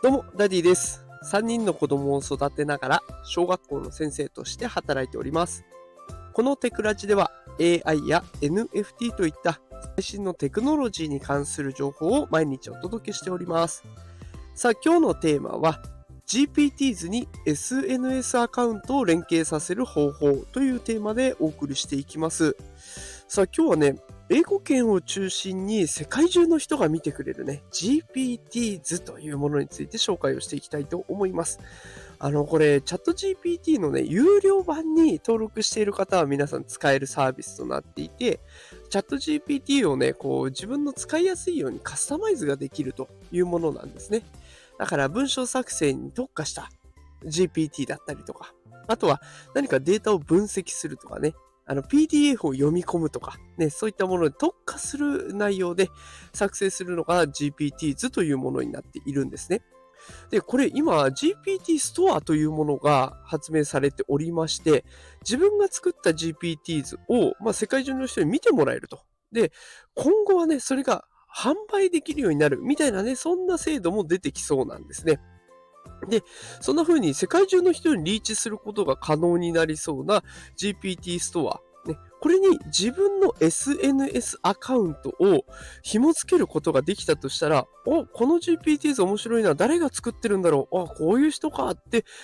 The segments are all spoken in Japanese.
どうも、ダディです。3人の子供を育てながら、小学校の先生として働いております。このテクラジでは、AI や NFT といった最新のテクノロジーに関する情報を毎日お届けしております。さあ、今日のテーマは、GPTs に SNS アカウントを連携させる方法というテーマでお送りしていきます。さあ、今日はね、英語圏を中心に世界中の人が見てくれるね、GPTs というものについて紹介をしていきたいと思います。これ、チャット GPT のね、有料版に登録している方は皆さん使えるサービスとなっていて、チャット GPT をね、自分の使いやすいようにカスタマイズができるというものなんですね。だから文章作成に特化した GPT だったりとか、あとは何かデータを分析するとかね、PDF を読み込むとか、ね、そういったものに特化する内容で作成するのが GPTs というものになっているんですね。で、これ今 GPT ストアというものが発明されておりまして、自分が作った GPTs を、世界中の人に見てもらえると。で、今後はね、それが販売できるようになるみたいなね、そんな制度も出てきそうなんですね。で、そんな風に世界中の人にリーチすることが可能になりそうな GPT ストア。ね、これに自分の SNS アカウントを紐付けることができたとしたら、この GPTs 面白いな、誰が作ってるんだろう、こういう人かって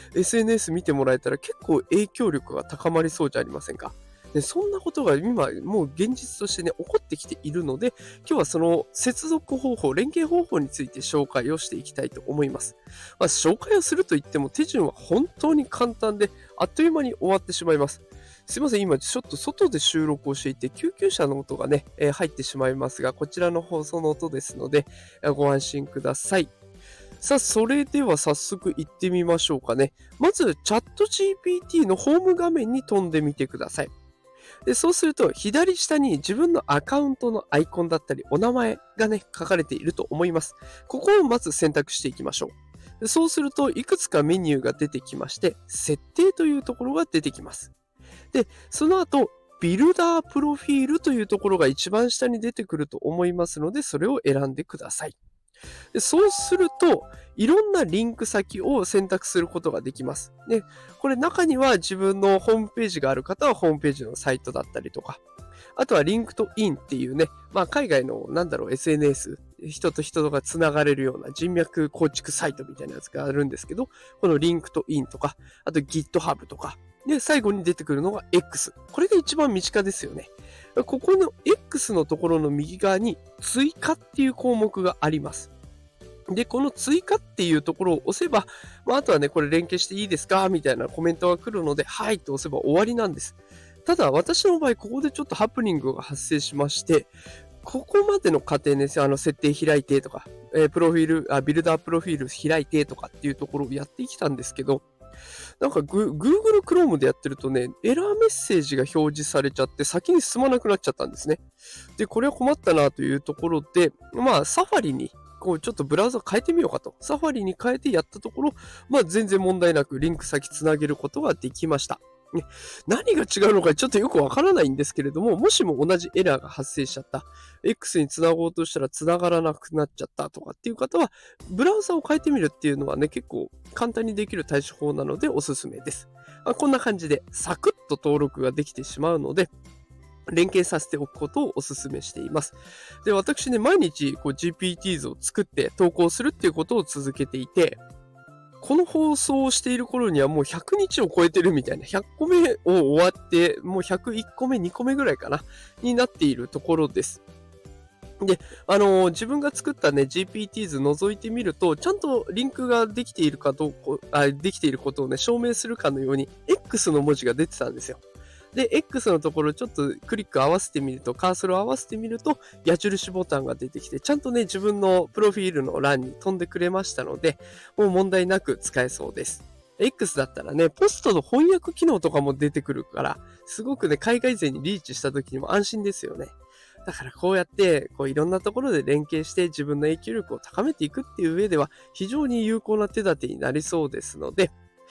SNS 見てもらえたら結構影響力が高まりそうじゃありませんか。で、そんなことが今もう現実としてね、起こってきているので、今日はその接続方法、連携方法について紹介をしていきたいと思います。紹介をすると言っても手順は本当に簡単で、あっという間に終わってしまいます。すいません、今ちょっと外で収録をしていて、救急車の音がね、入ってしまいますが、こちらの放送の音ですので、ご安心ください。さあ、それでは早速行ってみましょうかね。まず、チャット GPT のホーム画面に飛んでみてください。で、そうすると、左下に自分のアカウントのアイコンだったり、お名前がね、書かれていると思います。ここをまず選択していきましょう。で、そうすると、いくつかメニューが出てきまして、設定というところが出てきます。で、その後、ビルダープロフィールというところが一番下に出てくると思いますので、それを選んでください。で、そうすると、いろんなリンク先を選択することができます。で、これ中には自分のホームページがある方はホームページのサイトだったりとか、あとはリンクトインっていうね、海外のSNS、人と人がつながれるような人脈構築サイトみたいなやつがあるんですけど、このリンクトインとか、あと GitHub とか、で、最後に出てくるのが X。これが一番身近ですよね。ここの X のところの右側に追加っていう項目があります。で、この追加っていうところを押せば、あとはね、これ連携していいですかみたいなコメントが来るので、はいと押せば終わりなんです。ただ、私の場合、ここでちょっとハプニングが発生しまして、ここまでの過程ですよ、設定開いてとか、プロフィール、ビルダープロフィール開いてとかっていうところをやってきたんですけど、なんかGoogle Chrome でやってるとね、エラーメッセージが表示されちゃって先に進まなくなっちゃったんですね。で、これは困ったなというところで、サファリにちょっとブラウザ変えてみようかと。サファリに変えてやったところ、全然問題なくリンク先つなげることができました。ね、何が違うのかちょっとよくわからないんですけれども、もしも同じエラーが発生しちゃった、X につなごうとしたらつながらなくなっちゃったとかっていう方は、ブラウザを変えてみるっていうのはね、結構簡単にできる対処法なのでおすすめです。こんな感じでサクッと登録ができてしまうので、連携させておくことをお勧めしています。で、私ね、毎日GPTs を作って投稿するっていうことを続けていて、この放送をしている頃にはもう100日を超えてるみたいな、100個目を終わって、もう101個目、2個目ぐらいかな、になっているところです。で、自分が作ったね、GPTs 覗いてみると、ちゃんとリンクができているかどうか、できていることをね、証明するかのように、X の文字が出てたんですよ。で、X のところちょっとクリック合わせてみると、カーソルを合わせてみると、矢印ボタンが出てきて、ちゃんとね、自分のプロフィールの欄に飛んでくれましたので、もう問題なく使えそうです。X だったらね、ポストの翻訳機能とかも出てくるから、すごくね、海外勢にリーチした時にも安心ですよね。だからこうやって、いろんなところで連携して自分の影響力を高めていくっていう上では、非常に有効な手立てになりそうですの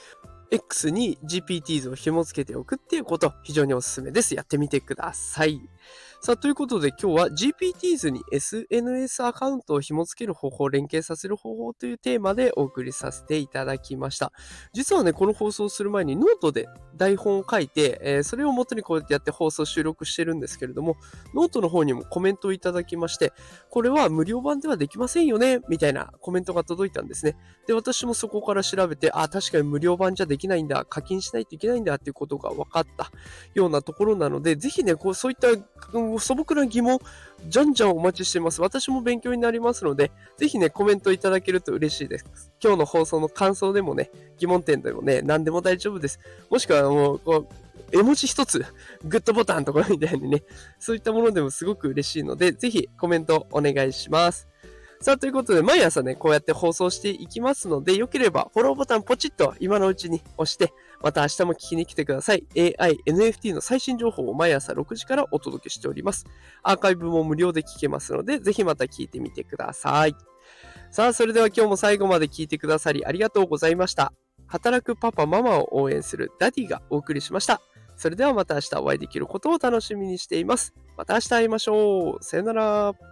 で、X に GPTs を紐付けておくっていうこと、非常におすすめです。やってみてください。 さあ、ということで今日は GPTs に SNS アカウントを紐付ける方法、連携させる方法というテーマでお送りさせていただきました。実はね、この放送する前にノートで台本を書いて、それを元にこうやって放送収録してるんですけれども、ノートの方にもコメントをいただきまして、これは無料版ではできませんよね、みたいなコメントが届いたんですね。で、私もそこから調べて、確かに無料版じゃできないんだ、課金しないといけないんだっていうことが分かったようなところなので、ぜひね、そういった素朴な疑問、じゃんじゃんお待ちしています。私も勉強になりますので、ぜひね、コメントいただけると嬉しいです。今日の放送の感想でもね、疑問点でもね、何でも大丈夫です。もしくはもう、絵文字一つ、グッドボタンとかみたいにね、そういったものでもすごく嬉しいので、ぜひコメントお願いします。さあ、ということで、毎朝ね、こうやって放送していきますので、よければフォローボタンポチッと今のうちに押して、また明日も聞きに来てください。AI、NFT の最新情報を毎朝6時からお届けしております。アーカイブも無料で聞けますので、ぜひまた聞いてみてください。さあ、それでは今日も最後まで聞いてくださりありがとうございました。働くパパママを応援するダディがお送りしました。それではまた明日お会いできることを楽しみにしています。また明日会いましょう。さよなら。